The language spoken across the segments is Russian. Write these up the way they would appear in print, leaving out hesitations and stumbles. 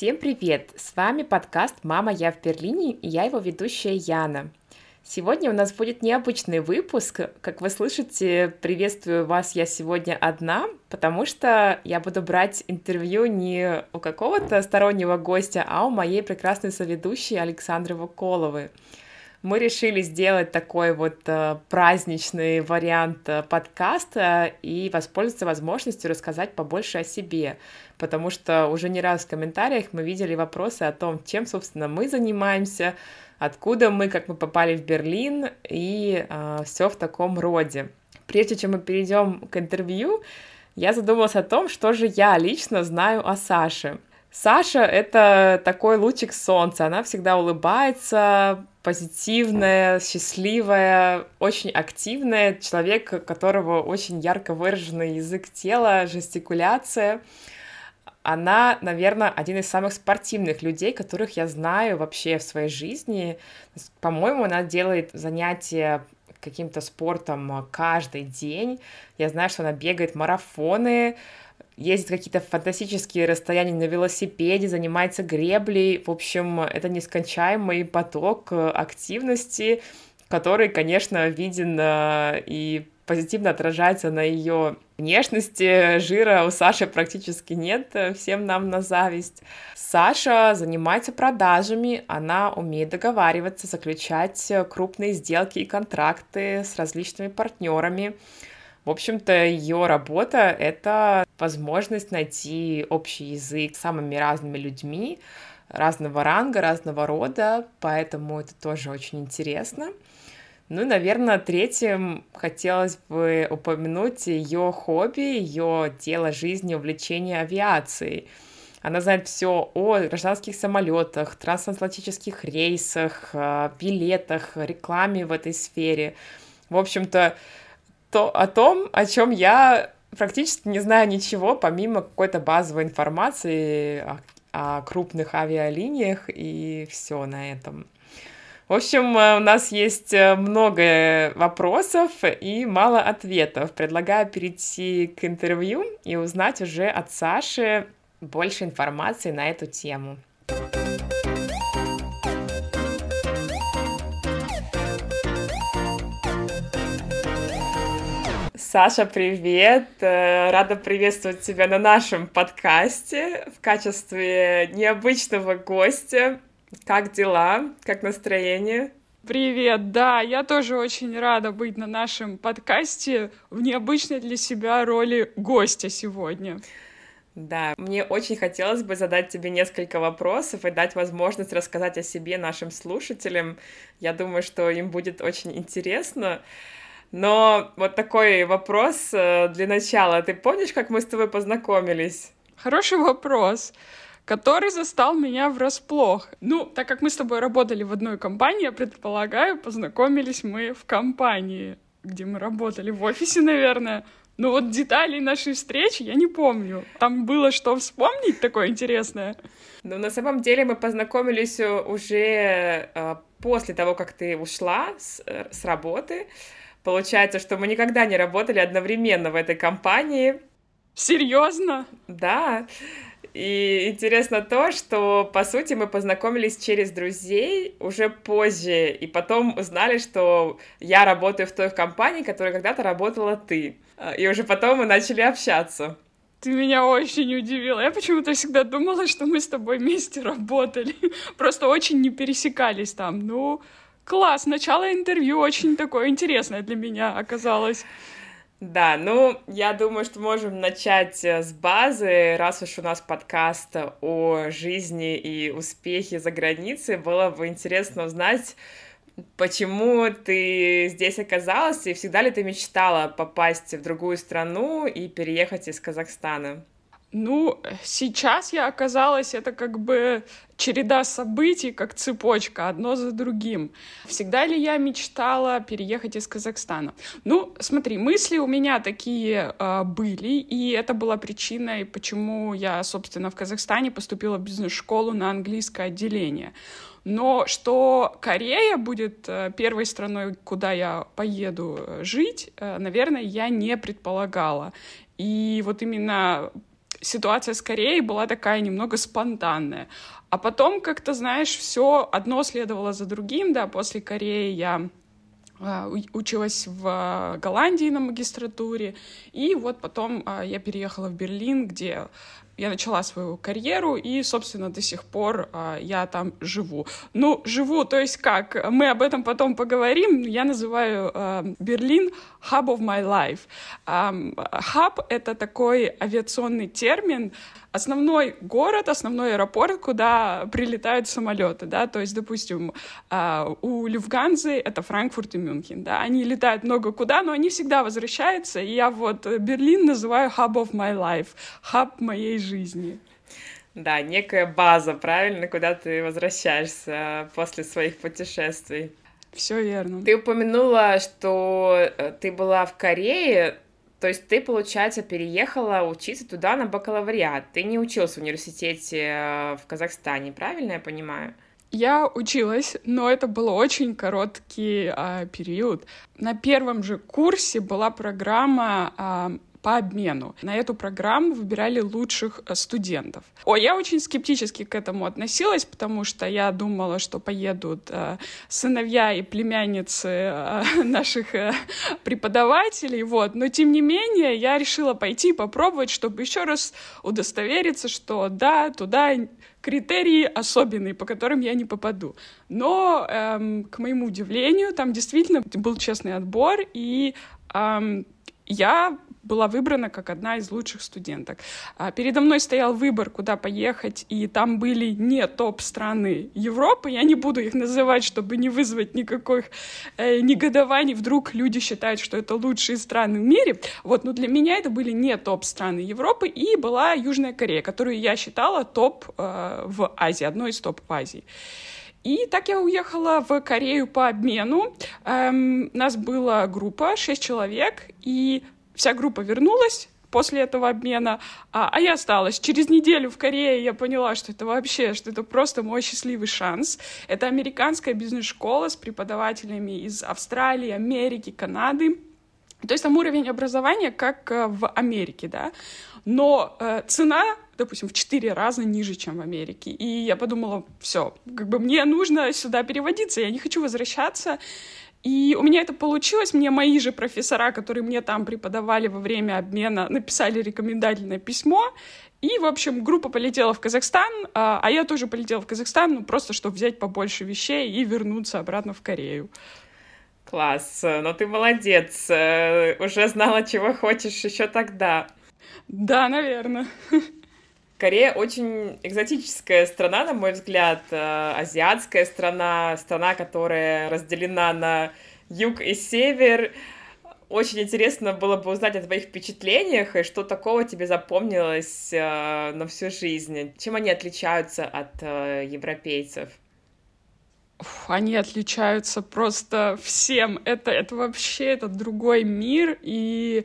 Всем привет! С вами подкаст «Мама, я в Берлине» и я его ведущая Яна. Сегодня у нас будет необычный выпуск. Как вы слышите, приветствую вас я сегодня одна, потому что я буду брать интервью не у какого-то стороннего гостя, а у моей прекрасной соведущей Александры Воколовой. Мы решили сделать такой вот праздничный вариант подкаста и воспользоваться возможностью рассказать побольше о себе, потому что уже не раз в комментариях мы видели вопросы о том, чем, собственно, мы занимаемся, откуда мы, как мы попали в Берлин и все в таком роде. Прежде чем мы перейдем к интервью, я задумалась о том, что же я лично знаю о Саше. Саша — это такой лучик солнца, она всегда улыбается, позитивная, счастливая, очень активная, человек, у которого очень ярко выраженный язык тела, жестикуляция. Она, наверное, один из самых спортивных людей, которых я знаю вообще в своей жизни. По-моему, она делает занятия каким-то спортом каждый день. Я знаю, что она бегает марафоны, ездит какие-то фантастические расстояния на велосипеде, занимается греблей. В общем, это нескончаемый поток активности, который, конечно, виден и позитивно отражается на ее внешности. Жира у Саши практически нет, всем нам на зависть. Саша занимается продажами, она умеет договариваться, заключать крупные сделки и контракты с различными партнерами. В общем-то, ее работа — это возможность найти общий язык с самыми разными людьми, разного ранга, разного рода, поэтому это тоже очень интересно. Ну и, наверное, третьим хотелось бы упомянуть ее хобби, ее дело жизни, увлечение авиацией. Она знает все о гражданских самолетах, трансатлантических рейсах, билетах, рекламе в этой сфере. В общем-то, о том, о чем я практически не знаю ничего, помимо какой-то базовой информации о крупных авиалиниях, и все на этом. В общем, у нас есть много вопросов и мало ответов. Предлагаю перейти к интервью и узнать уже от Саши больше информации на эту тему. Саша, привет! Рада приветствовать тебя на нашем подкасте в качестве необычного гостя. Как дела? Как настроение? Привет, да, я тоже очень рада быть на нашем подкасте в необычной для себя роли гостя сегодня. Да, мне очень хотелось бы задать тебе несколько вопросов и дать возможность рассказать о себе нашим слушателям. Я думаю, что им будет очень интересно. Но вот такой вопрос для начала. Ты помнишь, как мы с тобой познакомились? Хороший вопрос, который застал меня врасплох. Ну, так как мы с тобой работали в одной компании, я предполагаю, познакомились мы в компании, где мы работали, в офисе, наверное. Но вот деталей нашей встречи я не помню. Там было что вспомнить такое интересное? Ну, на самом деле мы познакомились уже после того, как ты ушла с работы. Получается, что мы никогда не работали одновременно в этой компании. Серьезно? Да. И интересно то, что, по сути, мы познакомились через друзей уже позже, и потом узнали, что я работаю в той компании, в которой когда-то работала ты. И уже потом мы начали общаться. Ты меня очень удивила. Я почему-то всегда думала, что мы с тобой вместе работали. Просто очень не пересекались там. Ну, класс, начало интервью очень такое интересное для меня оказалось. Да, ну, я думаю, что можем начать с базы, раз уж у нас подкаст о жизни и успехе за границей, было бы интересно узнать, почему ты здесь оказалась, и всегда ли ты мечтала попасть в другую страну и переехать из Казахстана? Ну, сейчас я оказалась, это как бы череда событий, как цепочка, одно за другим. Всегда ли я мечтала переехать из Казахстана? Ну, смотри, мысли у меня такие были, и это была причиной, почему я, собственно, в Казахстане поступила в бизнес-школу на английское отделение. Но что Корея будет первой страной, куда я поеду жить, наверное, я не предполагала. И вот именно ситуация с Кореей была такая немного спонтанная. А потом, как-то, знаешь, все одно следовало за другим, да, после Кореи я училась в Голландии на магистратуре, и вот потом я переехала в Берлин, где я начала свою карьеру, и, собственно, до сих пор я там живу. Ну, живу, то есть как? Мы об этом потом поговорим. Я называю Берлин hub of my life. Hub — это такой авиационный термин, основной город, основной аэропорт, куда прилетают самолеты, да, то есть, допустим, у Люфтганзы это Франкфурт и Мюнхен, да, они летают много куда, но они всегда возвращаются, и я вот Берлин называю hub of my life, хаб моей жизни. Да, некая база, правильно, куда ты возвращаешься после своих путешествий. Все верно. Ты упомянула, что ты была в Корее, то есть ты, получается, переехала учиться туда на бакалавриат. Ты не училась в университете в Казахстане, правильно я понимаю? Я училась, но это был очень короткий период. На первом же курсе была программа по обмену. На эту программу выбирали лучших студентов. Я очень скептически к этому относилась, потому что я думала, что поедут сыновья и племянницы наших преподавателей, вот. Но, тем не менее, я решила пойти попробовать, чтобы еще раз удостовериться, что да, туда критерии особенные, по которым я не попаду. Но, к моему удивлению, там действительно был честный отбор, и я была выбрана как одна из лучших студенток. Передо мной стоял выбор, куда поехать, и там были не топ-страны Европы. Я не буду их называть, чтобы не вызвать никаких негодований. Вдруг люди считают, что это лучшие страны в мире. Вот, но для меня это были не топ-страны Европы, и была Южная Корея, которую я считала топ в Азии, одной из топ в Азии. И так я уехала в Корею по обмену. Нас была группа, 6 человек, и вся группа вернулась после этого обмена, а я осталась. Через неделю в Корее я поняла, что это вообще, что это просто мой счастливый шанс. Это американская бизнес-школа с преподавателями из Австралии, Америки, Канады. То есть там уровень образования как в Америке, да. Но цена, допустим, в 4 раза ниже, чем в Америке. И я подумала, все, как бы мне нужно сюда переводиться, я не хочу возвращаться. И у меня это получилось. Мне мои же профессора, которые мне там преподавали во время обмена, написали рекомендательное письмо. И, в общем, группа полетела в Казахстан, а я тоже полетела в Казахстан, ну, просто чтобы взять побольше вещей и вернуться обратно в Корею. Класс, ну ты молодец, уже знала, чего хочешь еще тогда. Да, наверное. Корея очень экзотическая страна, на мой взгляд, азиатская страна, страна, которая разделена на юг и север. Очень интересно было бы узнать о твоих впечатлениях и что такого тебе запомнилось на всю жизнь. Чем они отличаются от европейцев? Они отличаются просто всем. Это вообще это другой мир. И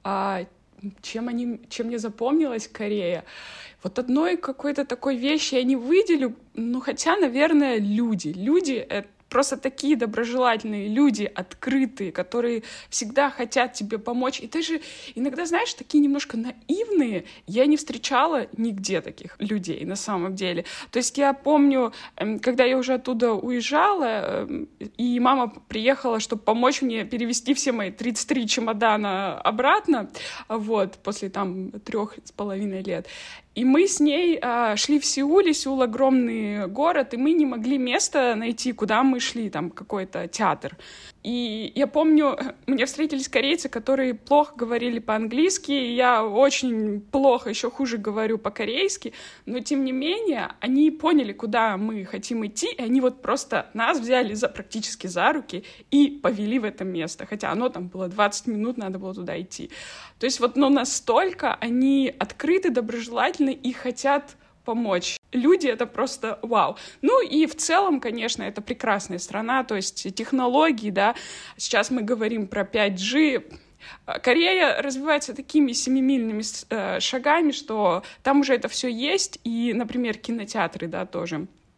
чем мне запомнилась Корея? Вот одной какой-то такой вещи я не выделю, ну, хотя, наверное, люди. Люди — это просто такие доброжелательные люди, открытые, которые всегда хотят тебе помочь. И ты же иногда, знаешь, такие немножко наивные. Я не встречала нигде таких людей на самом деле. То есть я помню, когда я уже оттуда уезжала, и мама приехала, чтобы помочь мне перевезти все мои 33 чемодана обратно, вот, после там 3,5 лет. И мы с ней шли в Сеуле. Сеул — огромный город, и мы не могли место найти, куда мы шли, там какой-то театр. И я помню, мне встретились корейцы, которые плохо говорили по-английски, и я очень плохо, еще хуже говорю по-корейски, но тем не менее они поняли, куда мы хотим идти, и они вот просто нас взяли практически за руки и повели в это место, хотя оно там было 20 минут, надо было туда идти. То есть вот, но настолько они открыты, доброжелательны и хотят помочь. Люди — это просто вау. Ну и в целом, конечно, это прекрасная страна, то есть технологии, да, сейчас мы говорим про 5G. Корея развивается такими семимильными шагами, что там уже это все есть, и, например, кинотеатры, да, тоже.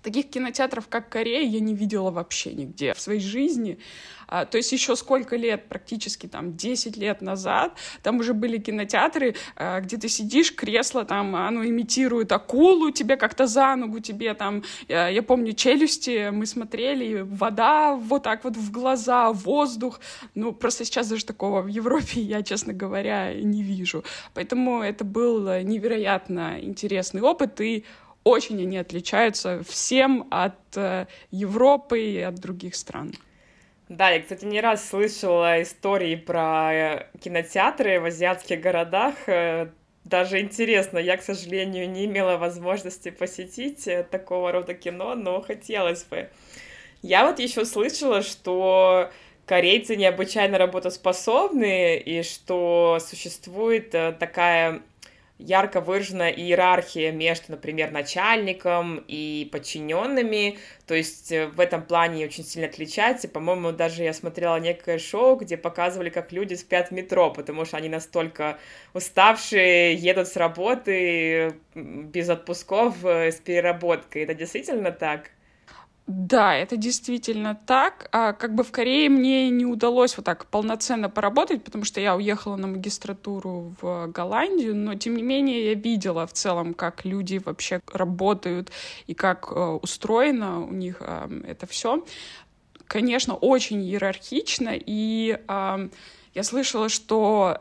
Таких кинотеатров, как Корея, я не видела вообще нигде в своей жизни. То есть еще сколько лет, практически там 10 лет назад, там уже были кинотеатры, где ты сидишь, кресло там, оно имитирует акулу, тебе как-то за ногу, тебе там, я помню, «Челюсти» мы смотрели, вода вот так вот в глаза, воздух. Ну, просто сейчас даже такого в Европе я, честно говоря, не вижу. Поэтому это был невероятно интересный опыт, и очень они отличаются всем от Европы и от других стран. Да, я, кстати, не раз слышала истории про кинотеатры в азиатских городах. Даже интересно, я, к сожалению, не имела возможности посетить такого рода кино, но хотелось бы. Я вот еще слышала, что корейцы необычайно работоспособны, и что существует такая ярко выраженная иерархия между, например, начальником и подчиненными, то есть в этом плане очень сильно отличается. По-моему, даже я смотрела некое шоу, где показывали, как люди спят в метро, потому что они настолько уставшие, едут с работы без отпусков, с переработкой. Это действительно так? Да, это действительно так. Как бы в Корее мне не удалось вот так полноценно поработать, потому что я уехала на магистратуру в Голландию, но тем не менее я видела в целом, как люди вообще работают и как устроено у них это все. Конечно, очень иерархично, и я слышала, что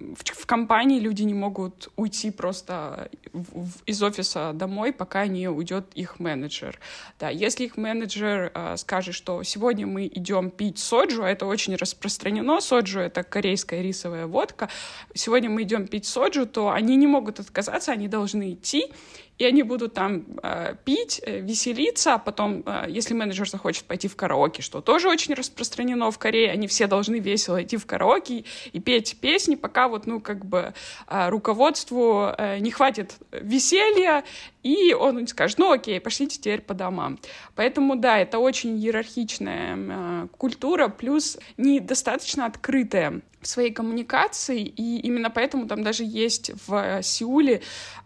в компании люди не могут уйти просто из офиса домой, пока не уйдет их менеджер. Да, если их менеджер скажет, что сегодня мы идем пить соджу, а это очень распространено, соджу — это корейская рисовая водка, сегодня мы идем пить соджу, то они не могут отказаться, они должны идти, и они будут там пить, веселиться, а потом, если менеджер захочет пойти в караоке, что тоже очень распространено в Корее, они все должны весело идти в караоке и петь песни, пока вот, ну, как бы руководству не хватит веселья, и он скажет: ну, окей, пошлите теперь по домам. Поэтому, да, это очень иерархичная культура, плюс недостаточно открытая в своей коммуникации, и именно поэтому там даже есть в Сеуле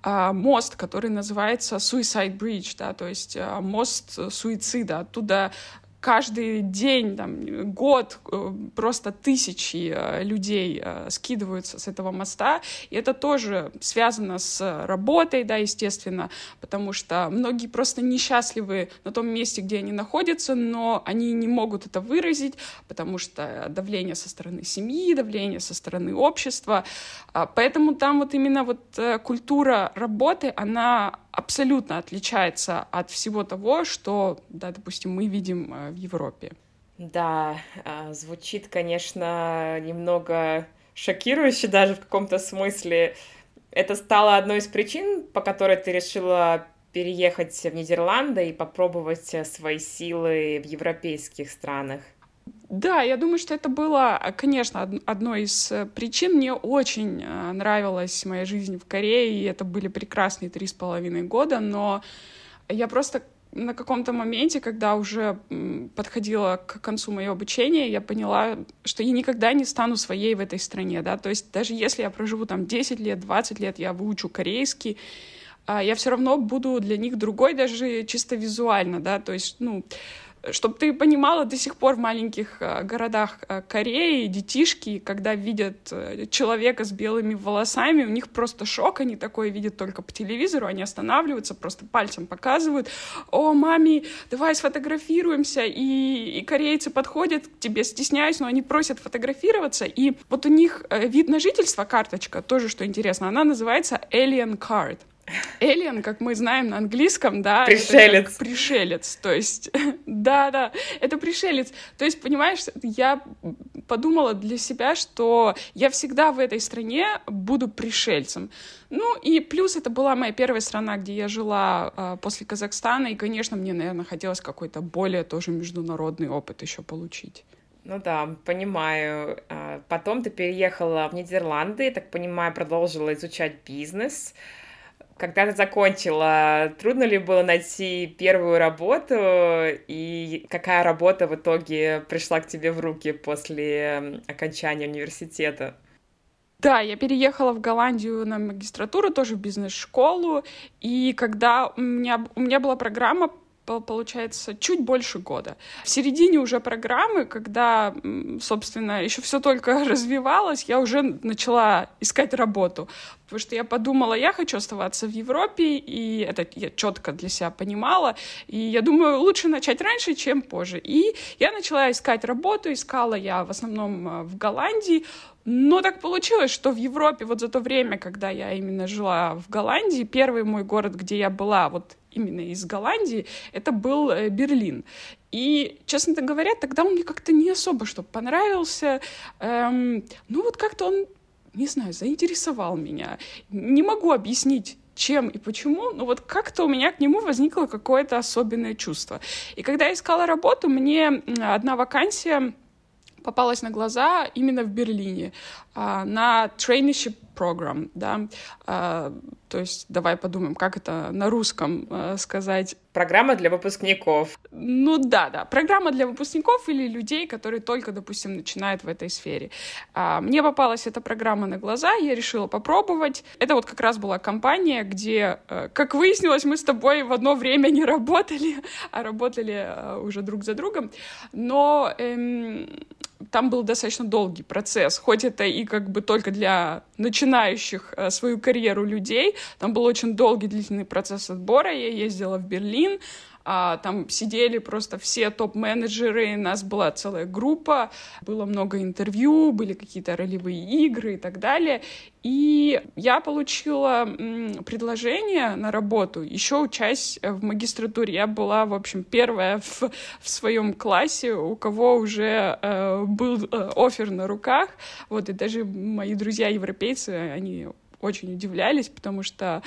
мост, который называется Suicide Bridge, да, то есть мост суицида. Оттуда каждый день, там, год просто тысячи людей скидываются с этого моста, и это тоже связано с работой, да, естественно, потому что многие просто несчастливы на том месте, где они находятся, но они не могут это выразить, потому что давление со стороны семьи, давление со стороны общества, поэтому там вот именно вот культура работы, она абсолютно отличается от всего того, что, да, допустим, мы видим в Европе. Да, звучит, конечно, немного шокирующе даже в каком-то смысле. Это стало одной из причин, по которой ты решила переехать в Нидерланды и попробовать свои силы в европейских странах. Да, я думаю, что это было, конечно, одной из причин. Мне очень нравилась моя жизнь в Корее, и это были прекрасные 3,5 года, но я просто на каком-то моменте, когда уже подходила к концу моего обучения, я поняла, что я никогда не стану своей в этой стране, да, то есть даже если я проживу там 10 лет, 20 лет, я выучу корейский, я все равно буду для них другой, даже чисто визуально, да, то есть, ну, чтобы ты понимала, до сих пор в маленьких городах Кореи детишки, когда видят человека с белыми волосами, у них просто шок, они такое видят только по телевизору, они останавливаются, просто пальцем показывают: о, маме, давай сфотографируемся, и корейцы подходят к тебе, стесняясь, но они просят фотографироваться, и вот у них вид на жительство, карточка, тоже, что интересно, она называется Alien Card. Alien, как мы знаем на английском, да, пришелец. Это пришелец, то есть, да, это пришелец. То есть, понимаешь, я подумала для себя, что я всегда в этой стране буду пришельцем. Ну, и плюс это была моя первая страна, где я жила после Казахстана, и, конечно, мне, наверное, хотелось какой-то более тоже международный опыт еще получить. Ну да, понимаю. Потом ты переехала в Нидерланды, так понимаю, продолжила изучать бизнес. Когда ты закончила, трудно ли было найти первую работу, и какая работа в итоге пришла к тебе в руки после окончания университета? Да, я переехала в Голландию на магистратуру, тоже в бизнес-школу, и когда у меня была программа получается, чуть больше года. В середине уже программы, когда, собственно, еще все только развивалось, я уже начала искать работу, потому что я подумала, я хочу оставаться в Европе, и это я четко для себя понимала, и я думаю, лучше начать раньше, чем позже. И я начала искать работу, искала я в основном в Голландии, но так получилось, что в Европе вот за то время, когда я именно жила в Голландии, первый мой город, где я была вот именно из Голландии, это был Берлин. И, честно говоря, тогда он мне как-то не особо что понравился. Ну вот как-то он, не знаю, заинтересовал меня. Не могу объяснить, чем и почему, но вот как-то у меня к нему возникло какое-то особенное чувство. И когда я искала работу, мне одна вакансия попалась на глаза именно в Берлине, на traineeship program, да, то есть давай подумаем, как это на русском сказать. Программа для выпускников. Ну да, программа для выпускников или людей, которые только, допустим, начинают в этой сфере. Мне попалась эта программа на глаза, я решила попробовать. Это вот как раз была компания, где, как выяснилось, мы с тобой в одно время не работали, а работали уже друг за другом, но там был достаточно долгий процесс, хоть это и как бы только для начинающих свою карьеру людей, там был очень долгий длительный процесс отбора, я ездила в Берлин, там сидели просто все топ-менеджеры, нас была целая группа, было много интервью, были какие-то ролевые игры и так далее. И я получила предложение на работу, еще учась в магистратуре. Я была, в общем, первая в своем классе, у кого уже был оффер на руках. Вот, и даже мои друзья-европейцы, они очень удивлялись, потому что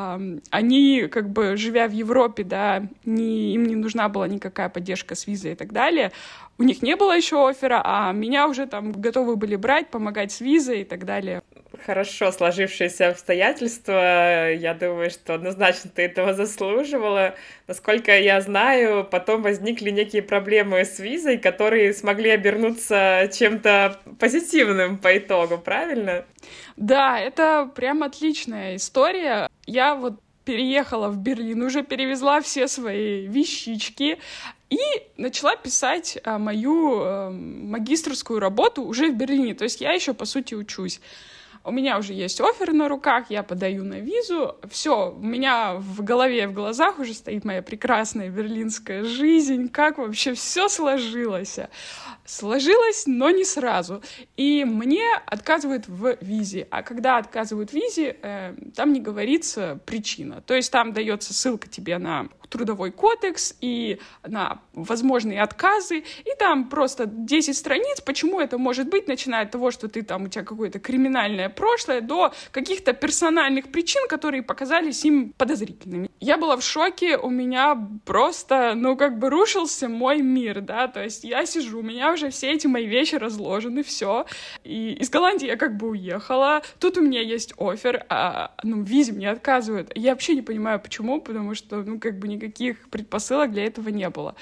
они, как бы, живя в Европе, да, им не нужна была никакая поддержка с визой и так далее. У них не было еще оффера, а меня уже там готовы были брать, помогать с визой и так далее. Хорошо сложившиеся обстоятельства. Я думаю, что однозначно ты этого заслуживала. Насколько я знаю, потом возникли некие проблемы с визой, которые смогли обернуться чем-то позитивным по итогу, правильно? Да, это прям отличная история. Я вот переехала в Берлин, уже перевезла все свои вещички и начала писать мою магистерскую работу уже в Берлине. То есть я еще, по сути, учусь. У меня уже есть оффер на руках, я подаю на визу. Все, у меня в голове, в глазах уже стоит моя прекрасная берлинская жизнь. Как вообще все сложилось? Сложилось, но не сразу. И мне отказывают в визе. А когда отказывают в визе, там не говорится причина. То есть там дается ссылка тебе на трудовой кодекс и на возможные отказы, и там просто 10 страниц, почему это может быть, начиная от того, что ты там, у тебя какое-то криминальное прошлое, до каких-то персональных причин, которые показались им подозрительными. Я была в шоке, у меня просто, рушился мой мир, да, то есть я сижу, у меня уже все эти мои вещи разложены, все, и из Голландии я как бы уехала, тут у меня есть оффер, визе мне отказывают, я вообще не понимаю, почему, потому что, никаких предпосылок для этого не было.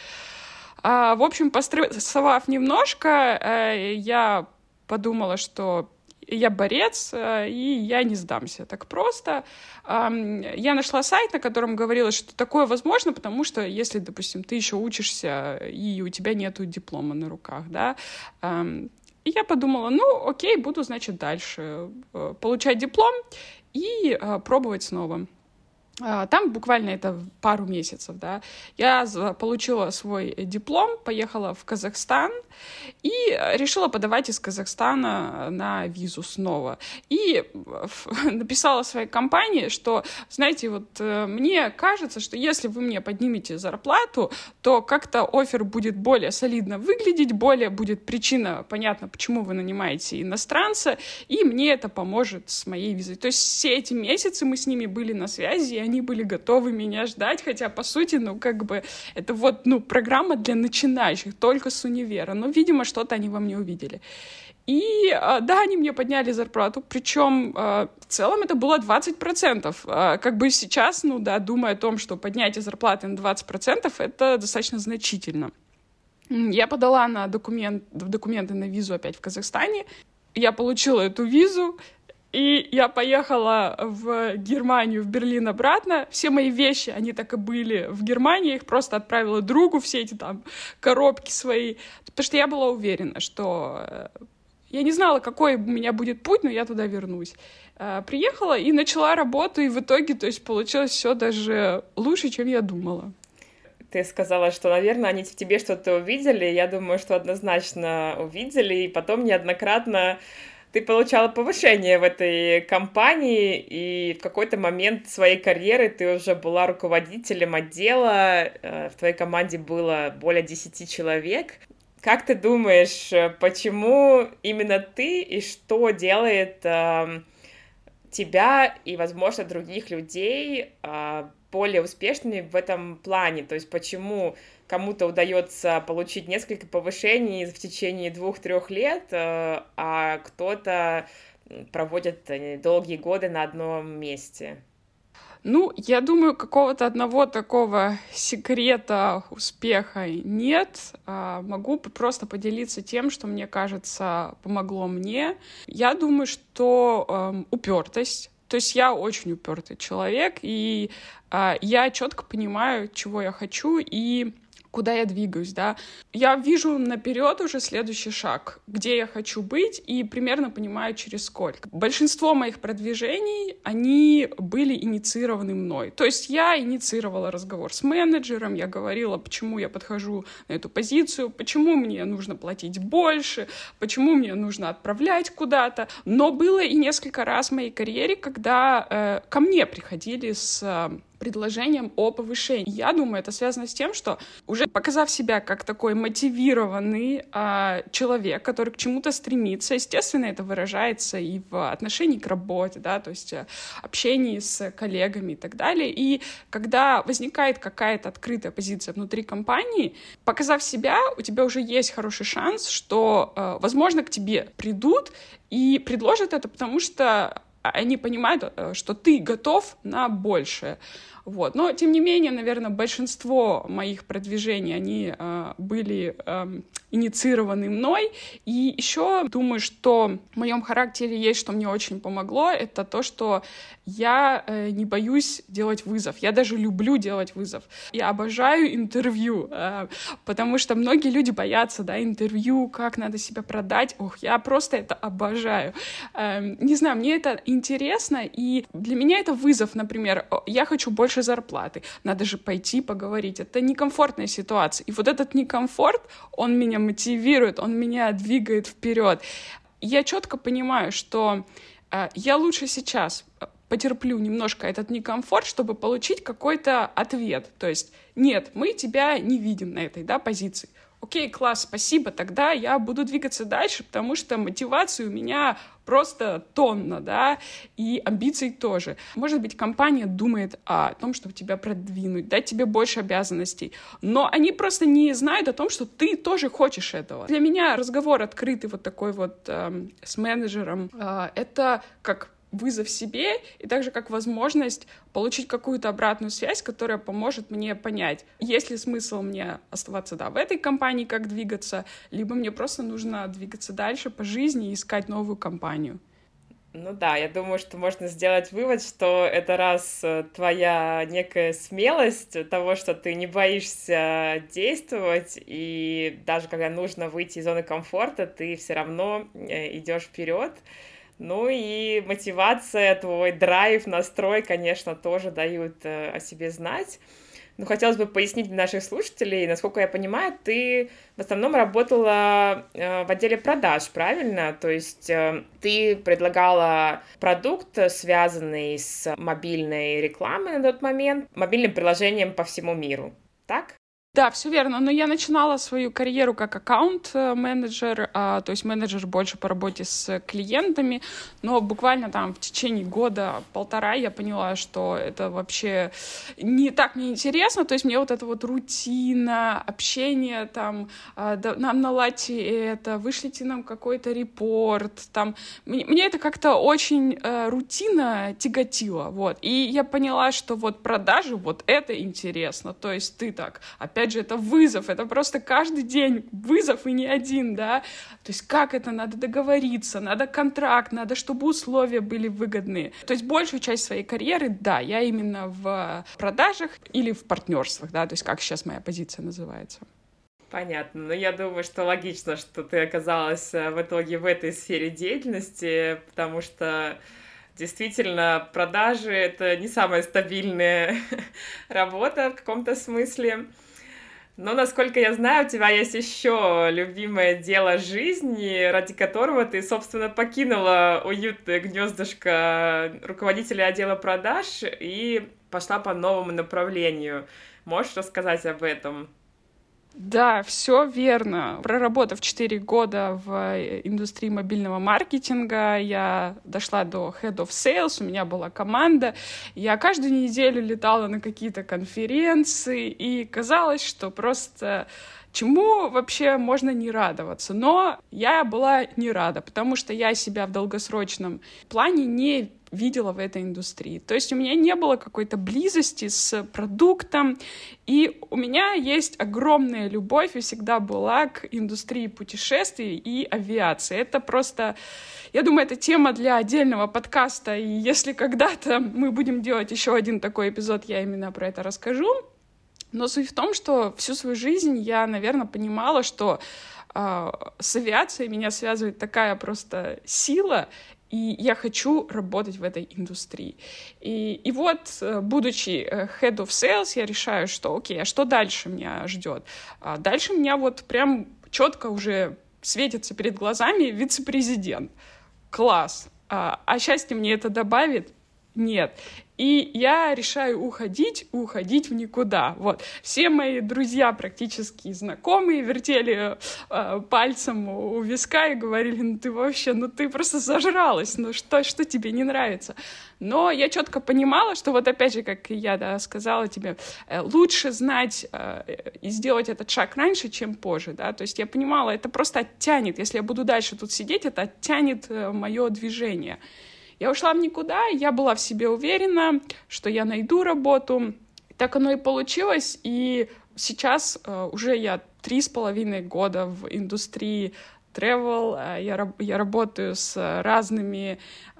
В общем, пострессовав немножко, я подумала, что я борец, и я не сдамся так просто. Я нашла сайт, на котором говорилось, что такое возможно, потому что если, допустим, ты еще учишься, и у тебя нету диплома на руках, да, и я подумала, окей, буду, значит, дальше получать диплом и пробовать снова. Там буквально это пару месяцев, да. Я получила свой диплом, поехала в Казахстан и решила подавать из Казахстана на визу снова. И написала своей компании, что, знаете, вот мне кажется, что если вы мне поднимете зарплату, то как-то оффер будет более солидно выглядеть, более будет причина, понятно, почему вы нанимаете иностранца, и мне это поможет с моей визой. То есть все эти месяцы мы с ними были на связи, и они были готовы меня ждать, хотя, по сути, это вот, программа для начинающих, только с универа. Но, видимо, что-то они во мне увидели. И, да, они мне подняли зарплату, причем в целом это было 20%. Как бы сейчас, думая о том, что поднятие зарплаты на 20%, это достаточно значительно. Я подала на документы на визу опять в Казахстане, я получила эту визу, И я поехала в Германию, в Берлин обратно. Все мои вещи, они так и были в Германии. Я их просто отправила другу, все эти там коробки свои. Потому что я была уверена, что... Я не знала, какой у меня будет путь, но я туда вернусь. Приехала и начала работу, и в итоге, то есть, получилось все даже лучше, чем я думала. Ты сказала, что, наверное, они в тебе что-то увидели. Я думаю, что однозначно увидели, и потом неоднократно ты получала повышение в этой компании, и в какой-то момент своей карьеры ты уже была руководителем отдела, в твоей команде было более 10 человек. Как ты думаешь, почему именно ты и что делает тебя и, возможно, других людей более успешными в этом плане? То есть почему кому-то удается получить несколько повышений в течение 2-3 лет, а кто-то проводит долгие годы на одном месте? Ну, я думаю, какого-то одного такого секрета успеха нет. Могу просто поделиться тем, что, мне кажется, помогло мне. Я думаю, что упертость. То есть я очень упертый человек, и я четко понимаю, чего я хочу и куда я двигаюсь, да. Я вижу наперед уже следующий шаг, где я хочу быть, и примерно понимаю, через сколько. Большинство моих продвижений, они были инициированы мной. То есть я инициировала разговор с менеджером, я говорила, почему я подхожу на эту позицию, почему мне нужно платить больше, почему мне нужно отправлять куда-то. Но было и несколько раз в моей карьере, когда ко мне приходили с предложением о повышении. Я думаю, это связано с тем, что уже показав себя как такой мотивированный человек, который к чему-то стремится, естественно, это выражается и в отношении к работе, да, то есть общении с коллегами и так далее. И когда возникает какая-то открытая позиция внутри компании, показав себя, у тебя уже есть хороший шанс, что, возможно, к тебе придут и предложат это, потому что они понимают, что ты готов на большее. Вот. Но, тем не менее, наверное, большинство моих продвижений, они были инициированы мной. И еще думаю, что в моем характере есть, что мне очень помогло, это то, что я не боюсь делать вызов. Я даже люблю делать вызов. Я обожаю интервью, потому что многие люди боятся, да, интервью, как надо себя продать. Ох, я просто это обожаю. Не знаю, мне это интересно, и для меня это вызов, например, я хочу больше зарплаты, надо же пойти поговорить. Это некомфортная ситуация. И вот этот некомфорт, он меня мотивирует, он меня двигает вперед. Я четко понимаю, что я лучше сейчас потерплю немножко этот некомфорт, чтобы получить какой-то ответ. То есть, нет, мы тебя не видим на этой, да, позиции. Окей, класс, спасибо, тогда я буду двигаться дальше, потому что мотивации у меня просто тонна, да, и амбиций тоже. Может быть, компания думает о том, чтобы тебя продвинуть, дать тебе больше обязанностей, но они просто не знают о том, что ты тоже хочешь этого. Для меня разговор открытый вот такой вот с менеджером, это как вызов себе, и также как возможность получить какую-то обратную связь, которая поможет мне понять, есть ли смысл мне оставаться, да, в этой компании, как двигаться, либо мне просто нужно двигаться дальше по жизни и искать новую компанию. Ну да, я думаю, что можно сделать вывод, что это раз твоя некая смелость того, что ты не боишься действовать, и даже когда нужно выйти из зоны комфорта, ты все равно идешь вперед. Ну и мотивация, твой драйв, настрой, конечно, тоже дают о себе знать. Но хотелось бы пояснить для наших слушателей, насколько я понимаю, ты в основном работала в отделе продаж, правильно? То есть ты предлагала продукт, связанный с мобильной рекламой на тот момент, мобильным приложением по всему миру, так? Да, все верно, но я начинала свою карьеру как аккаунт-менеджер, то есть менеджер больше по работе с клиентами, но буквально там в течение года-полтора я поняла, что это вообще не так мне интересно, то есть мне вот эта вот рутина, общение там, нам наладьте это, вышлите нам какой-то репорт, там, мне это как-то очень рутина тяготила, вот, и я поняла, что вот продажи, вот это интересно, то есть ты так опять опять же, это вызов, это просто каждый день вызов и не один, да, то есть как это, надо договориться, надо контракт, надо, чтобы условия были выгодные. То есть большую часть своей карьеры, да, я именно в продажах или в партнерствах, да, то есть как сейчас моя позиция называется. Понятно. Но я думаю, что логично, что ты оказалась в итоге в этой сфере деятельности, потому что действительно продажи — это не самая стабильная работа в каком-то смысле. Но, насколько я знаю, у тебя есть еще любимое дело жизни, ради которого ты, собственно, покинула уютное гнездышко руководителя отдела продаж и пошла по новому направлению. Можешь рассказать об этом? Да, все верно. Проработав 4 года в индустрии мобильного маркетинга, я дошла до Head of Sales, у меня была команда. Я каждую неделю летала на какие-то конференции, и казалось, что просто чему вообще можно не радоваться. Но я была не рада, потому что я себя в долгосрочном плане не видела в этой индустрии. То есть у меня не было какой-то близости с продуктом, и у меня есть огромная любовь и всегда была к индустрии путешествий и авиации. Это просто, я думаю, это тема для отдельного подкаста, и если когда-то мы будем делать еще один такой эпизод, я именно про это расскажу. Но суть в том, что всю свою жизнь я, наверное, понимала, что с авиацией меня связывает такая просто сила, и я хочу работать в этой индустрии. И вот, будучи Head of Sales, я решаю, что окей, а что дальше меня ждет? Дальше меня вот прям четко уже светится перед глазами вице-президент. Класс! А счастье мне это добавит? Нет. И я решаю уходить в никуда. Вот. Все мои друзья, практически знакомые, вертели пальцем у виска и говорили: ну ты вообще, ну ты просто зажралась, ну что тебе не нравится? Но я четко понимала, что вот опять же, как я сказала тебе, лучше знать и сделать этот шаг раньше, чем позже, да, то есть я понимала, это просто оттянет, если я буду дальше тут сидеть, это оттянет мое движение. Я ушла в никуда, я была в себе уверена, что я найду работу. Так оно и получилось, и сейчас уже я 3,5 года в индустрии travel, я работаю с разными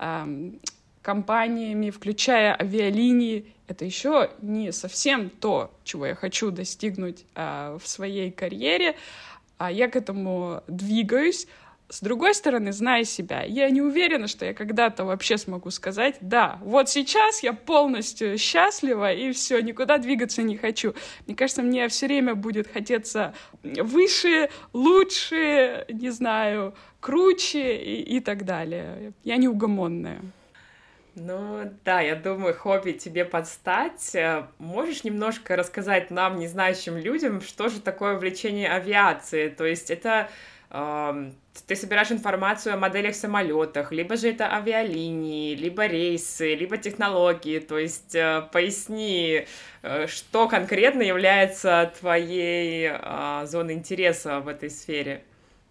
компаниями, включая авиалинии. Это еще не совсем то, чего я хочу достигнуть в своей карьере, а я к этому двигаюсь. С другой стороны, зная себя, я не уверена, что я когда-то вообще смогу сказать: да, вот сейчас я полностью счастлива, и все, никуда двигаться не хочу. Мне кажется, мне все время будет хотеться выше, лучше, не знаю, круче и так далее. Я неугомонная. Ну да, я думаю, хобби тебе подстать. Можешь немножко рассказать нам, не знающим людям, что же такое увлечение авиацией? То есть это ты собираешь информацию о моделях самолетах, либо же это авиалинии, либо рейсы, либо технологии. То есть поясни, что конкретно является твоей зоной интереса в этой сфере.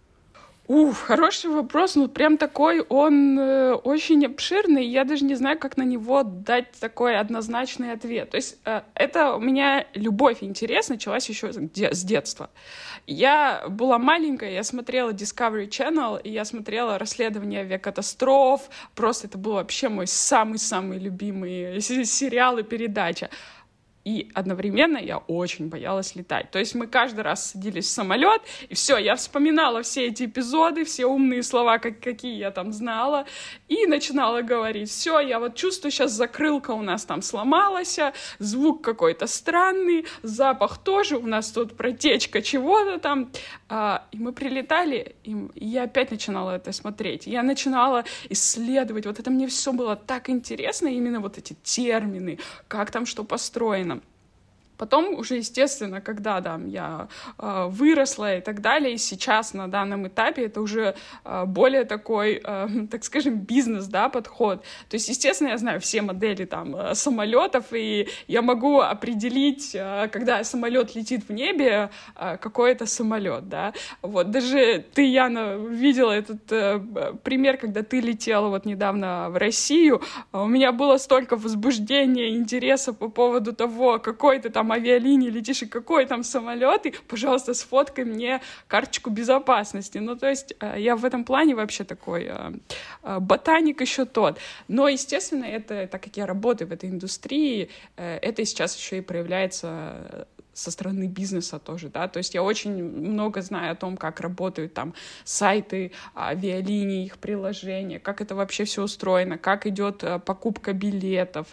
Хороший вопрос, ну прям такой, он очень обширный, я даже не знаю, как на него дать такой однозначный ответ. То есть это у меня любовь и интерес началась еще с детства. Я была маленькая, я смотрела Discovery Channel, и я смотрела расследования авиакатастроф, просто это был вообще мой самый-самый любимый сериал и передача. И одновременно я очень боялась летать. То есть мы каждый раз садились в самолет, и все, я вспоминала все эти эпизоды, все умные слова, какие я там знала, и начинала говорить: все, я вот чувствую, сейчас закрылка у нас там сломалась, звук какой-то странный, запах тоже, у нас тут протечка чего-то там. И мы прилетали, и я опять начинала это смотреть. Я начинала исследовать. Вот это мне все было так интересно, именно вот эти термины, как там что построено. Потом уже, естественно, когда я выросла и так далее, и сейчас на данном этапе это уже более такой, так скажем, бизнес, подход. То есть, естественно, я знаю все модели там самолетов, и я могу определить, когда самолет летит в небе, какой это самолет, да. Вот, даже ты, Яна, видела этот пример, когда ты летела вот недавно в Россию, у меня было столько возбуждения, интереса по поводу того, какой ты там там авиалинии летишь и какой там самолет, и, пожалуйста, сфоткай мне карточку безопасности. Ну, то есть я в этом плане вообще такой ботаник еще тот. Но, естественно, это, так как я работаю в этой индустрии, это сейчас еще и проявляется со стороны бизнеса тоже, да, то есть я очень много знаю о том, как работают там сайты авиалиний, их приложения, как это вообще все устроено, как идет покупка билетов,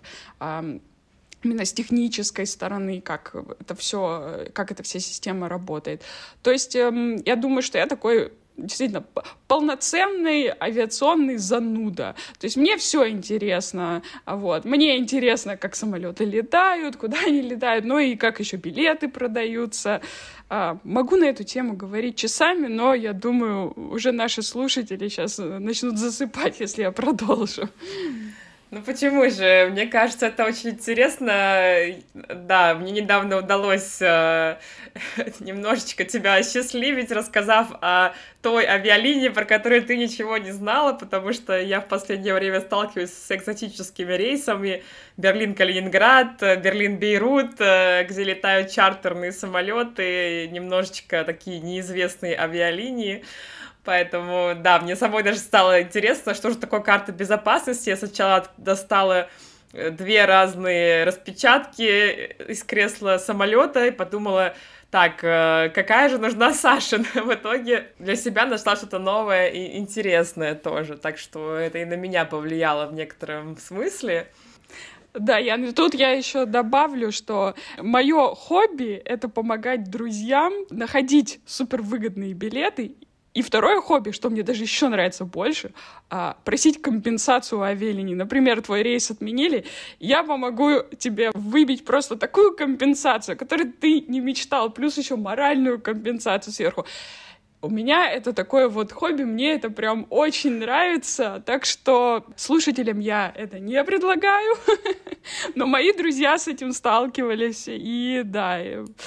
именно с технической стороны, как это все, как эта вся система работает. То есть я думаю, что я такой действительно полноценный авиационный зануда. То есть мне все интересно. Вот. Мне интересно, как самолеты летают, куда они летают, ну и как еще билеты продаются. Могу на эту тему говорить часами, но я думаю, уже наши слушатели сейчас начнут засыпать, если я продолжу. Ну почему же? Мне кажется, это очень интересно. Да, мне недавно удалось немножечко тебя осчастливить, рассказав о той авиалинии, про которую ты ничего не знала, потому что я в последнее время сталкиваюсь с экзотическими рейсами Берлин-Калининград, Берлин-Бейрут, где летают чартерные самолеты, немножечко такие неизвестные авиалинии. Поэтому, да, мне самой даже стало интересно, что же такое карта безопасности. Я сначала достала 2 разные распечатки из кресла самолета и подумала, так, какая же нужна Саше? В итоге для себя нашла что-то новое и интересное тоже. Так что это и на меня повлияло в некотором смысле. Да, тут я еще добавлю, что мое хобби — это помогать друзьям находить супервыгодные билеты. И второе хобби, что мне даже еще нравится больше, просить компенсацию у авиалиний. Например, твой рейс отменили, я помогу тебе выбить просто такую компенсацию, о которой ты не мечтал, плюс еще моральную компенсацию сверху. У меня это такое вот хобби, мне это прям очень нравится, так что слушателям я это не предлагаю, но мои друзья с этим сталкивались, и да,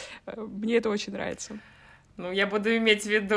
мне это очень нравится. Ну, я буду иметь в виду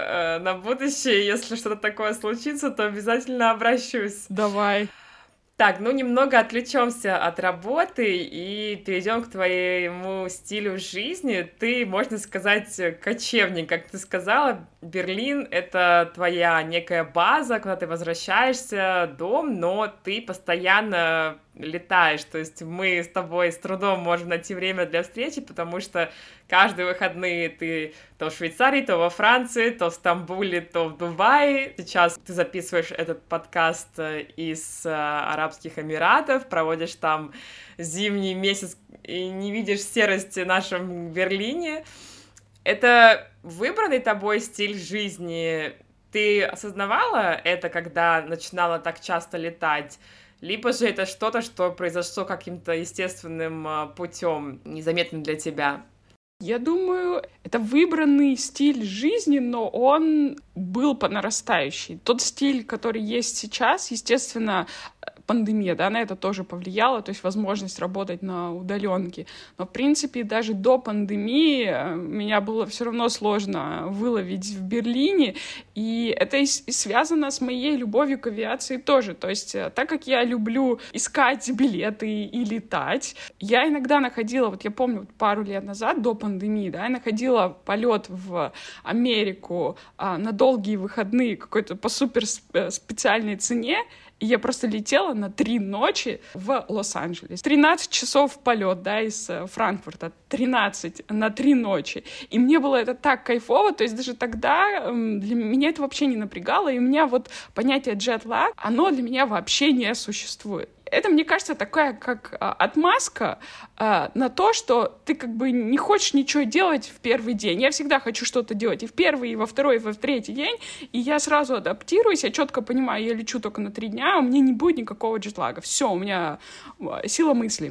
на будущее, если что-то такое случится, то обязательно обращусь. Давай. Так, ну немного отвлечемся от работы и перейдем к твоему стилю жизни. Ты, можно сказать, кочевник, как ты сказала. Берлин — это твоя некая база, куда ты возвращаешься, дом, но ты постоянно летаешь. То есть мы с тобой с трудом можем найти время для встречи, потому что каждые выходные ты то в Швейцарии, то во Франции, то в Стамбуле, то в Дубае. Сейчас ты записываешь этот подкаст из Арабских Эмиратов, проводишь там зимний месяц и не видишь серости в нашем Берлине. Это выбранный тобой стиль жизни. Ты осознавала это, когда начинала так часто летать? Либо же это что-то, что произошло каким-то естественным путем, незаметным для тебя? Я думаю, это выбранный стиль жизни, но он был по нарастающей. Тот стиль, который есть сейчас, естественно, пандемия, да, на это тоже повлияла, то есть возможность работать на удаленке. Но, в принципе, даже до пандемии меня было все равно сложно выловить в Берлине, и это и связано с моей любовью к авиации тоже. То есть, так как я люблю искать билеты и летать, я иногда находила, вот я помню, пару лет назад, до пандемии, да, я находила полет в Америку на долгие выходные какой-то по супер специальной цене, и я просто летела на 3 ночи в Лос-Анджелес. 13 часов полет, да, из Франкфурта. 13 на 3 ночи. И мне было это так кайфово, то есть даже тогда для меня это вообще не напрягало, и у меня вот понятие джет-лаг, оно для меня вообще не существует. Это, мне кажется, такая как отмазка на то, что ты как бы не хочешь ничего делать в первый день. Я всегда хочу что-то делать и в первый, и во второй, и во третий день, и я сразу адаптируюсь, я четко понимаю, я лечу только на 3 дня, у меня не будет никакого джетлага. Все, у меня сила мысли.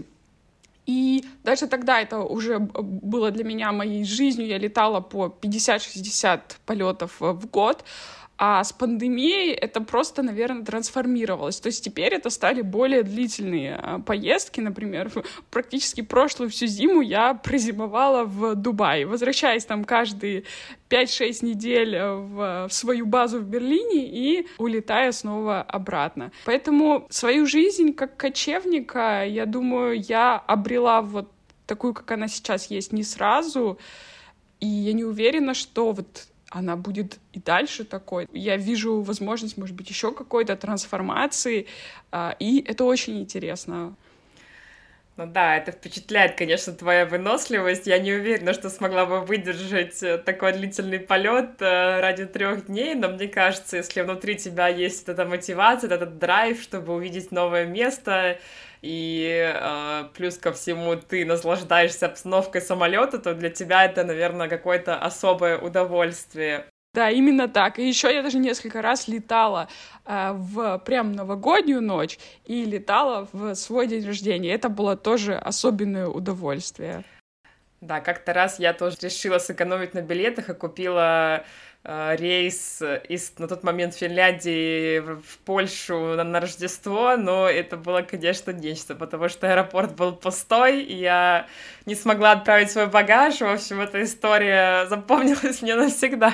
И даже тогда это уже было для меня моей жизнью. Я летала по 50-60 полетов в год. А с пандемией это просто, наверное, трансформировалось. То есть теперь это стали более длительные поездки. Например, практически прошлую всю зиму я прозимовала в Дубае, возвращаясь там каждые 5-6 недель в свою базу в Берлине и улетая снова обратно. Поэтому свою жизнь как кочевника, я думаю, я обрела вот такую, как она сейчас есть, не сразу. И я не уверена, что вот она будет и дальше такой. Я вижу возможность, может быть, еще какой-то трансформации, и это очень интересно. Ну да, это впечатляет, конечно, твоя выносливость. Я не уверена, что смогла бы выдержать такой длительный полет ради 3 дней, но мне кажется, если внутри тебя есть эта мотивация, этот драйв, чтобы увидеть новое место, и плюс ко всему ты наслаждаешься обстановкой самолета, то для тебя это, наверное, какое-то особое удовольствие. Да, именно так. И еще я даже несколько раз летала в прям новогоднюю ночь и летала в свой день рождения. Это было тоже особенное удовольствие. Да, как-то раз я тоже решила сэкономить на билетах и купила рейс на тот момент Финляндии в Польшу на Рождество, но это было, конечно, нечто, потому что аэропорт был пустой, и я не смогла отправить свой багаж. В общем, эта история запомнилась мне навсегда.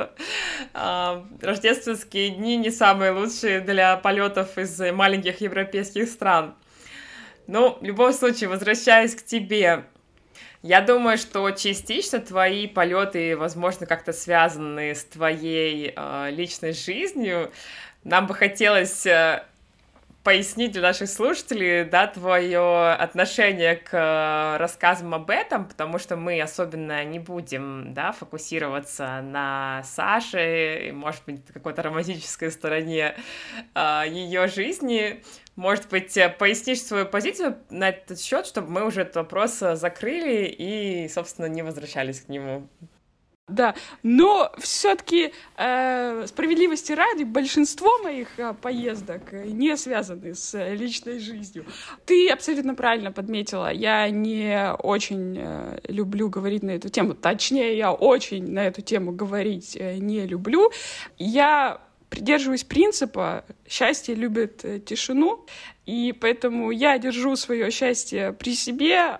Рождественские дни не самые лучшие для полетов из маленьких европейских стран. Ну, в любом случае, возвращаясь к тебе, я думаю, что частично твои полеты, возможно, как-то связаны с твоей личной жизнью. Нам бы хотелось пояснить для наших слушателей, да, твое отношение к рассказам об этом, потому что мы особенно не будем, да, фокусироваться на Саше и, может быть, какой-то романтической стороне ее жизни. Может быть, пояснишь свою позицию на этот счет, чтобы мы уже этот вопрос закрыли и, собственно, не возвращались к нему. Да, но все-таки справедливости ради, большинство моих поездок не связаны с личной жизнью. Ты абсолютно правильно подметила. Я не очень люблю говорить на эту тему. Точнее, я очень на эту тему говорить не люблю. Я придерживаюсь принципа «счастье любит тишину», и поэтому я держу свое счастье при себе,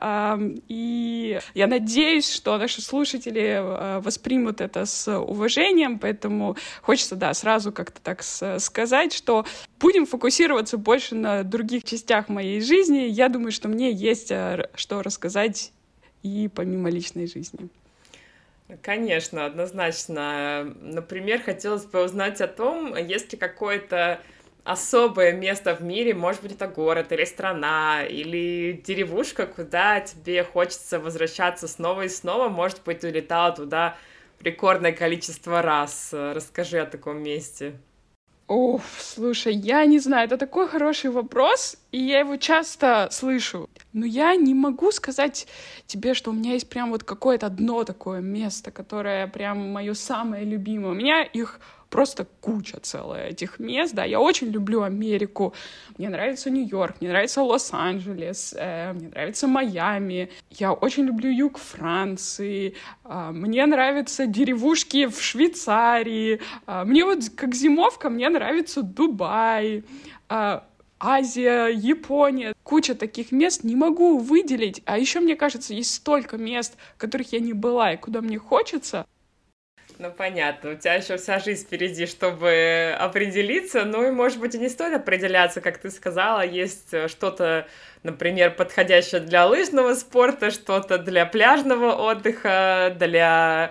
и я надеюсь, что наши слушатели воспримут это с уважением, поэтому хочется, да, сразу как-то так сказать, что будем фокусироваться больше на других частях моей жизни. Я думаю, что мне есть что рассказать и помимо личной жизни. Конечно, однозначно. Например, хотелось бы узнать о том, есть ли какое-то особое место в мире, может быть, это город или страна, или деревушка, куда тебе хочется возвращаться снова и снова. Может быть, ты летала туда рекордное количество раз. Расскажи о таком месте. Оф, слушай, я не знаю, это такой хороший вопрос, и я его часто слышу. Но я не могу сказать тебе, что у меня есть прям вот какое-то одно такое место, которое прям мое самое любимое. У меня их просто куча целая этих мест, да. Я очень люблю Америку, мне нравится Нью-Йорк, мне нравится Лос-Анджелес, мне нравится Майами, я очень люблю юг Франции, мне нравятся деревушки в Швейцарии, мне вот как зимовка, мне нравится Дубай, Азия, Япония, куча таких мест, не могу выделить, а еще, мне кажется, есть столько мест, в которых я не была и куда мне хочется. Ну, понятно, у тебя еще вся жизнь впереди, чтобы определиться, ну и, может быть, и не стоит определяться, как ты сказала, есть что-то, например, подходящее для лыжного спорта, что-то для пляжного отдыха, для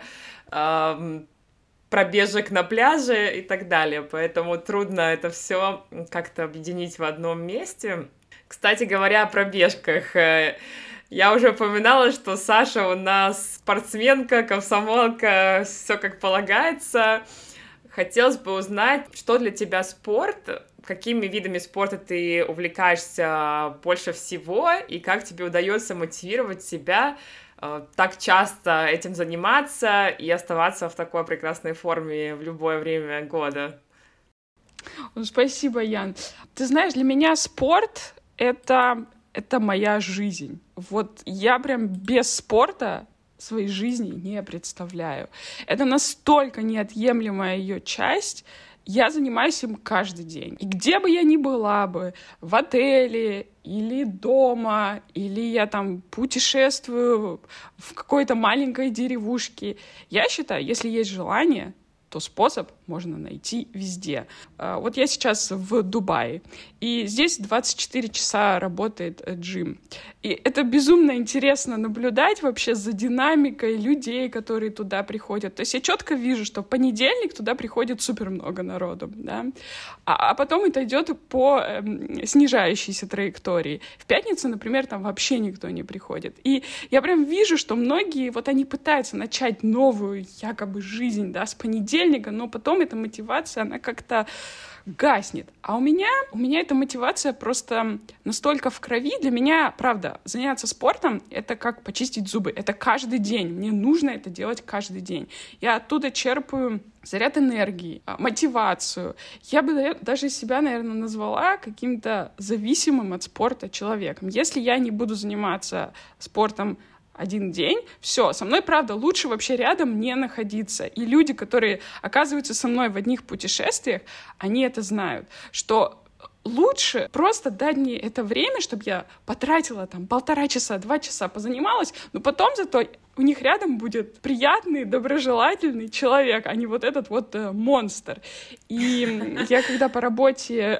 пробежек на пляже и так далее, поэтому трудно это все как-то объединить в одном месте. Кстати говоря, о пробежках, я уже упоминала, что Саша у нас спортсменка, комсомолка, все как полагается. Хотелось бы узнать, что для тебя спорт, какими видами спорта ты увлекаешься больше всего, и как тебе удается мотивировать себя так часто этим заниматься и оставаться в такой прекрасной форме в любое время года. Спасибо, Ян. Ты знаешь, для меня спорт — это моя жизнь. Вот я прям без спорта своей жизни не представляю. Это настолько неотъемлемая ее часть. Я занимаюсь им каждый день. И где бы я ни была бы, в отеле или дома, или я там путешествую в какой-то маленькой деревушке, я считаю, если есть желание, то способ можно найти везде. Вот я сейчас в Дубае, и здесь 24 часа работает джим. И это безумно интересно наблюдать вообще за динамикой людей, которые туда приходят. То есть я четко вижу, что в понедельник туда приходит супер много народу, да? А потом это идет по снижающейся траектории. В пятницу, например, там вообще никто не приходит. И я прям вижу, что многие, вот они пытаются начать новую якобы жизнь, да, с понедельника, но потом эта мотивация, она как-то гаснет. А у меня эта мотивация просто настолько в крови. Для меня, правда, заняться спортом — это как почистить зубы. Это каждый день. Мне нужно это делать каждый день. Я оттуда черпаю заряд энергии, мотивацию. Я бы даже себя, наверное, назвала каким-то зависимым от спорта человеком. Если я не буду заниматься спортом один день, все, со мной, правда, лучше вообще рядом не находиться. И люди, которые оказываются со мной в одних путешествиях, они это знают, что лучше просто дать мне это время, чтобы я потратила там 1,5 часа, 2 часа позанималась, но потом зато у них рядом будет приятный, доброжелательный человек, а не вот этот вот монстр. И я когда по работе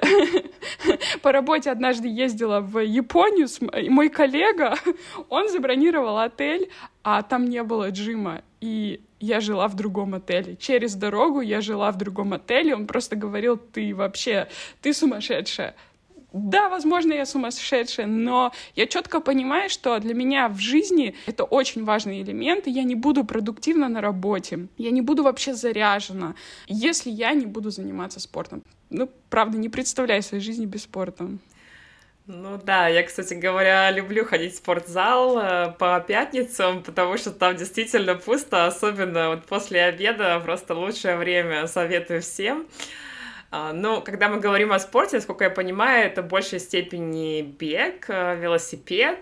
однажды ездила в Японию, и мой коллега, он забронировал отель, а там не было джима, и я жила в другом отеле. Через дорогу я жила в другом отеле, он просто говорил: ты сумасшедшая. Да, возможно, я сумасшедшая, но я четко понимаю, что для меня в жизни это очень важный элемент, и я не буду продуктивна на работе, я не буду вообще заряжена, если я не буду заниматься спортом. Ну, правда, не представляю своей жизни без спорта. Ну да, я, кстати говоря, люблю ходить в спортзал по пятницам, потому что там действительно пусто, особенно вот после обеда, просто лучшее время, советую всем. Но когда мы говорим о спорте, насколько я понимаю, это в большей степени бег, велосипед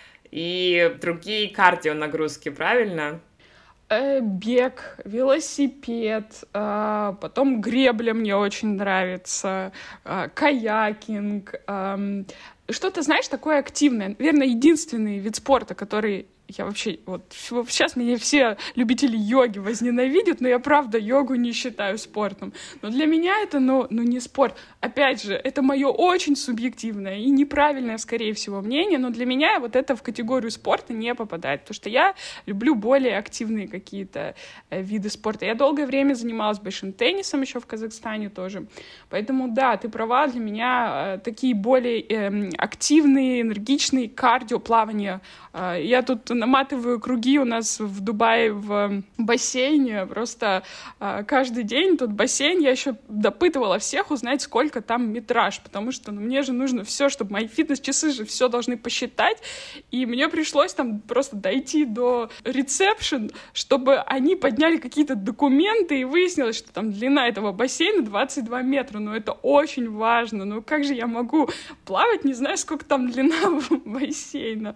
и другие кардионагрузки, правильно? Бег, велосипед, потом гребля мне очень нравится, каякинг, что-то, знаешь, такое активное. Наверное, единственный вид спорта, который я вообще... Вот сейчас меня все любители йоги возненавидят, но я, правда, йогу не считаю спортом. Но для меня это, не спорт. Опять же, это мое очень субъективное и неправильное, скорее всего, мнение, но для меня вот это в категорию спорта не попадает, потому что я люблю более активные какие-то виды спорта. Я долгое время занималась большим теннисом еще в Казахстане тоже. Поэтому, да, ты права, для меня такие более активные, энергичные кардио, плавание. Я тут наматываю круги у нас в Дубае в бассейне. Просто каждый день тут бассейн. Я еще допытывала всех узнать, сколько там метраж, потому что мне же нужно все, чтобы мои фитнес-часы же все должны посчитать. И мне пришлось там просто дойти до ресепшн, чтобы они подняли какие-то документы, и выяснилось, что там длина этого бассейна 22 метра. Ну, это очень важно. Ну, как же я могу плавать, не знаю, сколько там длина бассейна.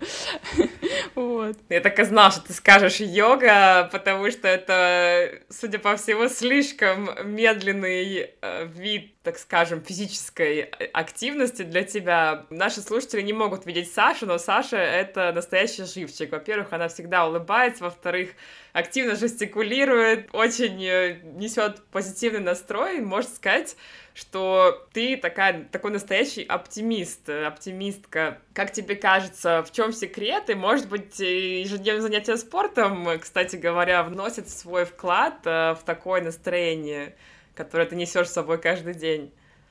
Вот. Я так и знала, что ты скажешь йога, потому что это, судя по всему, слишком медленный вид, так скажем, физической активности для тебя. Наши слушатели не могут видеть Сашу, но Саша — это настоящий живчик. Во-первых, она всегда улыбается, во-вторых, активно жестикулирует, очень несет позитивный настрой. Можно сказать, что ты такой настоящий оптимист, оптимистка. Как тебе кажется, в чем секрет? И, может быть, ежедневное занятие спортом, кстати говоря, вносит свой вклад в такое настроение, которое ты несешь с собой каждый день?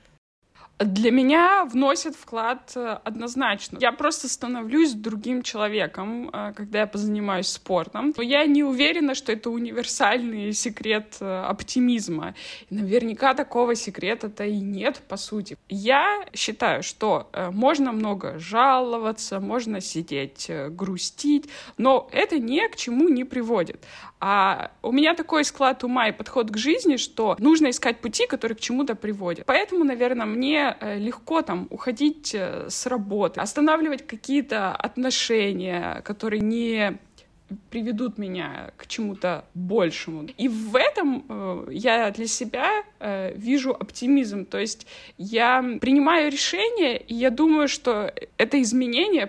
Для меня вносит вклад однозначно. Я просто становлюсь другим человеком, когда я позанимаюсь спортом. Но я не уверена, что это универсальный секрет оптимизма. И наверняка такого секрета-то и нет, по сути. Я считаю, что можно много жаловаться, можно сидеть, грустить, но это ни к чему не приводит. А у меня такой склад ума и подход к жизни, что нужно искать пути, которые к чему-то приводят. Поэтому, наверное, мне легко там уходить с работы, останавливать какие-то отношения, которые не приведут меня к чему-то большему. И в этом я для себя вижу оптимизм. То есть я принимаю решение, и я думаю, что это изменение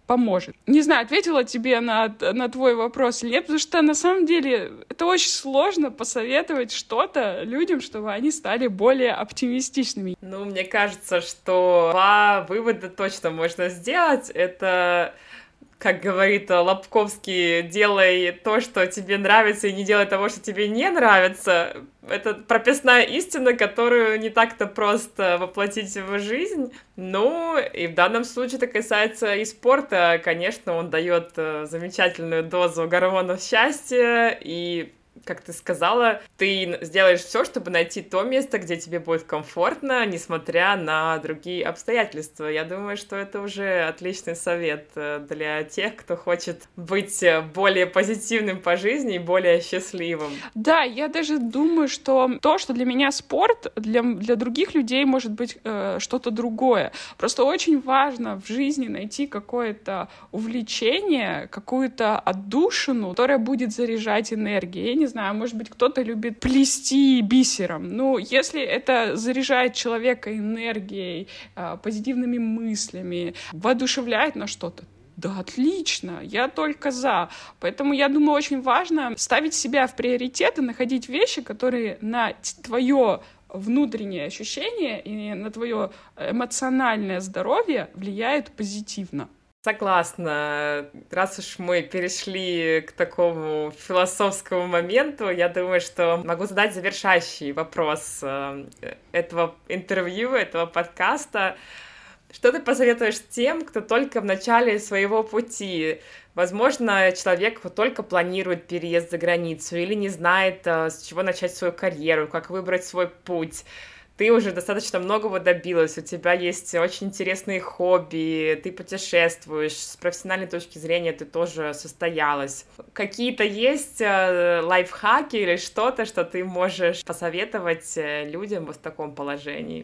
поможет. Не знаю, ответила тебе на твой вопрос или нет, потому что на самом деле это очень сложно посоветовать что-то людям, чтобы они стали более оптимистичными. Ну, мне кажется, что два вывода точно можно сделать. Это, как говорит Лобковский, делай то, что тебе нравится, и не делай того, что тебе не нравится. Это прописная истина, которую не так-то просто воплотить в жизнь. Ну, и в данном случае это касается и спорта. Конечно, он дает замечательную дозу гормонов счастья, и как ты сказала, ты сделаешь все, чтобы найти то место, где тебе будет комфортно, несмотря на другие обстоятельства. Я думаю, что это уже отличный совет для тех, кто хочет быть более позитивным по жизни и более счастливым. Да, я даже думаю, что то, что для меня спорт, для других людей может быть что-то другое. Просто очень важно в жизни найти какое-то увлечение, какую-то отдушину, которая будет заряжать энергией. Я не знаю, может быть, кто-то любит плести бисером. Ну, если это заряжает человека энергией, позитивными мыслями, воодушевляет на что-то, да, отлично, я только за. Поэтому я думаю, очень важно ставить себя в приоритет и находить вещи, которые на твое внутреннее ощущение и на твое эмоциональное здоровье влияют позитивно. Согласна. Раз уж мы перешли к такому философскому моменту, я думаю, что могу задать завершающий вопрос этого интервью, этого подкаста. Что ты посоветуешь тем, кто только в начале своего пути? Возможно, человек вот только планирует переезд за границу или не знает, с чего начать свою карьеру, как выбрать свой путь. Ты уже достаточно многого добилась, у тебя есть очень интересные хобби, ты путешествуешь, с профессиональной точки зрения ты тоже состоялась. Какие-то есть лайфхаки или что-то, что ты можешь посоветовать людям в таком положении?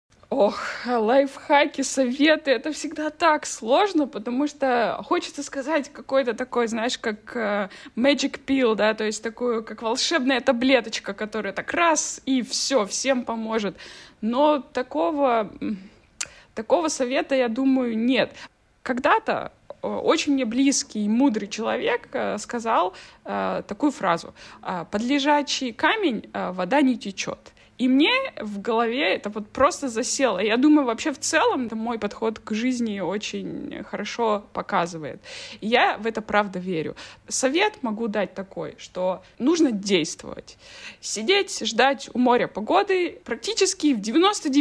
Ох, лайфхаки, советы, это всегда так сложно, потому что хочется сказать какой-то такой, знаешь, как magic pill, да, то есть такую, как волшебная таблеточка, которая так раз и все, всем поможет. Но такого совета, я думаю, нет. Когда-то очень мне близкий и мудрый человек сказал такую фразу: «Под лежачий камень вода не течет». И мне в голове это вот просто засело. Я думаю, вообще в целом это мой подход к жизни очень хорошо показывает. И я в это правда верю. Совет могу дать такой, что нужно действовать. Сидеть, ждать у моря погоды практически в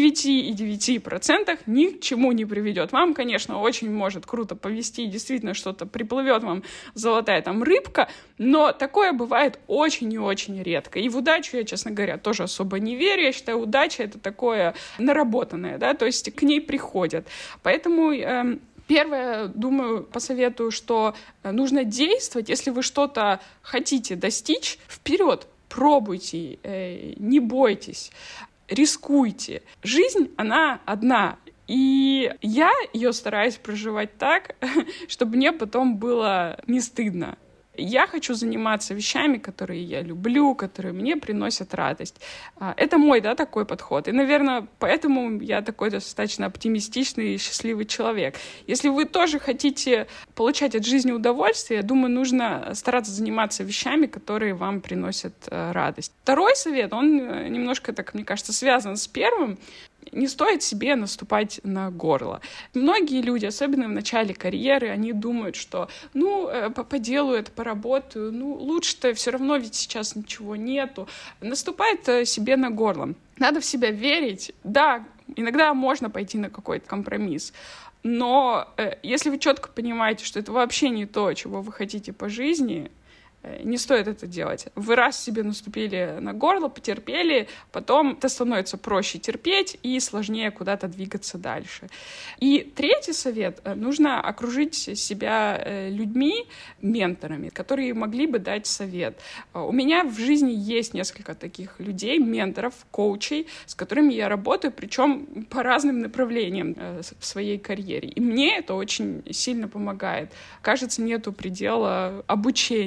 99,9% ни к чему не приведет. Вам, конечно, очень может круто повезти, действительно что-то приплывет вам золотая там рыбка, но такое бывает очень и очень редко. И в удачу я, честно говоря, тоже особо не верю. Я считаю, удача — это такое наработанное, да, то есть к ней приходят. Поэтому первое, думаю, посоветую, что нужно действовать. Если вы что-то хотите достичь, вперед, пробуйте, не бойтесь, рискуйте. Жизнь, она одна. И я ее стараюсь проживать так, чтобы мне потом было не стыдно. Я хочу заниматься вещами, которые я люблю, которые мне приносят радость. Это мой, да, такой подход. И, наверное, поэтому я такой достаточно оптимистичный и счастливый человек. Если вы тоже хотите получать от жизни удовольствие, я думаю, нужно стараться заниматься вещами, которые вам приносят радость. Второй совет, он немножко, так, мне кажется, связан с первым. Не стоит себе наступать на горло. Многие люди, особенно в начале карьеры, они думают, что поделаю это, поработаю, лучше-то все равно ведь сейчас ничего нету. Наступает себе на горло. Надо в себя верить. Да, иногда можно пойти на какой-то компромисс, но если вы четко понимаете, что это вообще не то, чего вы хотите по жизни, не стоит это делать. Вы раз себе наступили на горло, потерпели, потом это становится проще терпеть и сложнее куда-то двигаться дальше. И третий совет. Нужно окружить себя людьми, менторами, которые могли бы дать совет. У меня в жизни есть несколько таких людей, менторов, коучей, с которыми я работаю, причем по разным направлениям в своей карьере. И мне это очень сильно помогает. Кажется, нету предела обучению.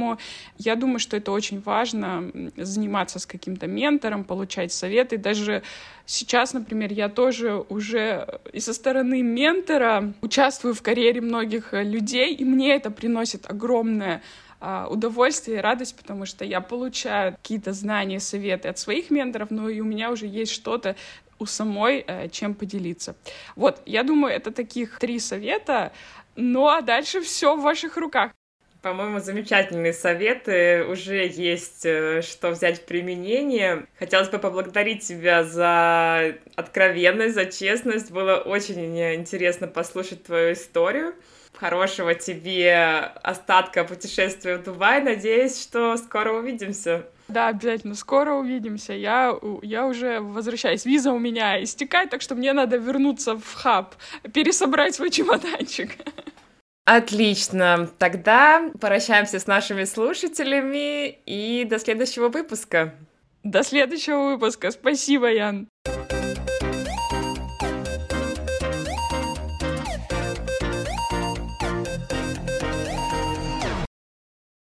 Поэтому я думаю, что это очень важно заниматься с каким-то ментором, получать советы. Даже сейчас, например, я тоже уже и со стороны ментора участвую в карьере многих людей, и мне это приносит огромное удовольствие и радость, потому что я получаю какие-то знания, советы от своих менторов, но и у меня уже есть что-то у самой, чем поделиться. Вот, я думаю, это таких 3 совета, ну а дальше все в ваших руках. По-моему, замечательные советы, уже есть что взять в применение. Хотелось бы поблагодарить тебя за откровенность, за честность. Было очень интересно послушать твою историю. Хорошего тебе остатка путешествия в Дубай. Надеюсь, что скоро увидимся. Да, обязательно. Скоро увидимся. Я уже возвращаюсь. Виза у меня истекает, так что мне надо вернуться в хаб, пересобрать свой чемоданчик. Отлично. Тогда прощаемся с нашими слушателями и до следующего выпуска. До следующего выпуска. Спасибо, Ян.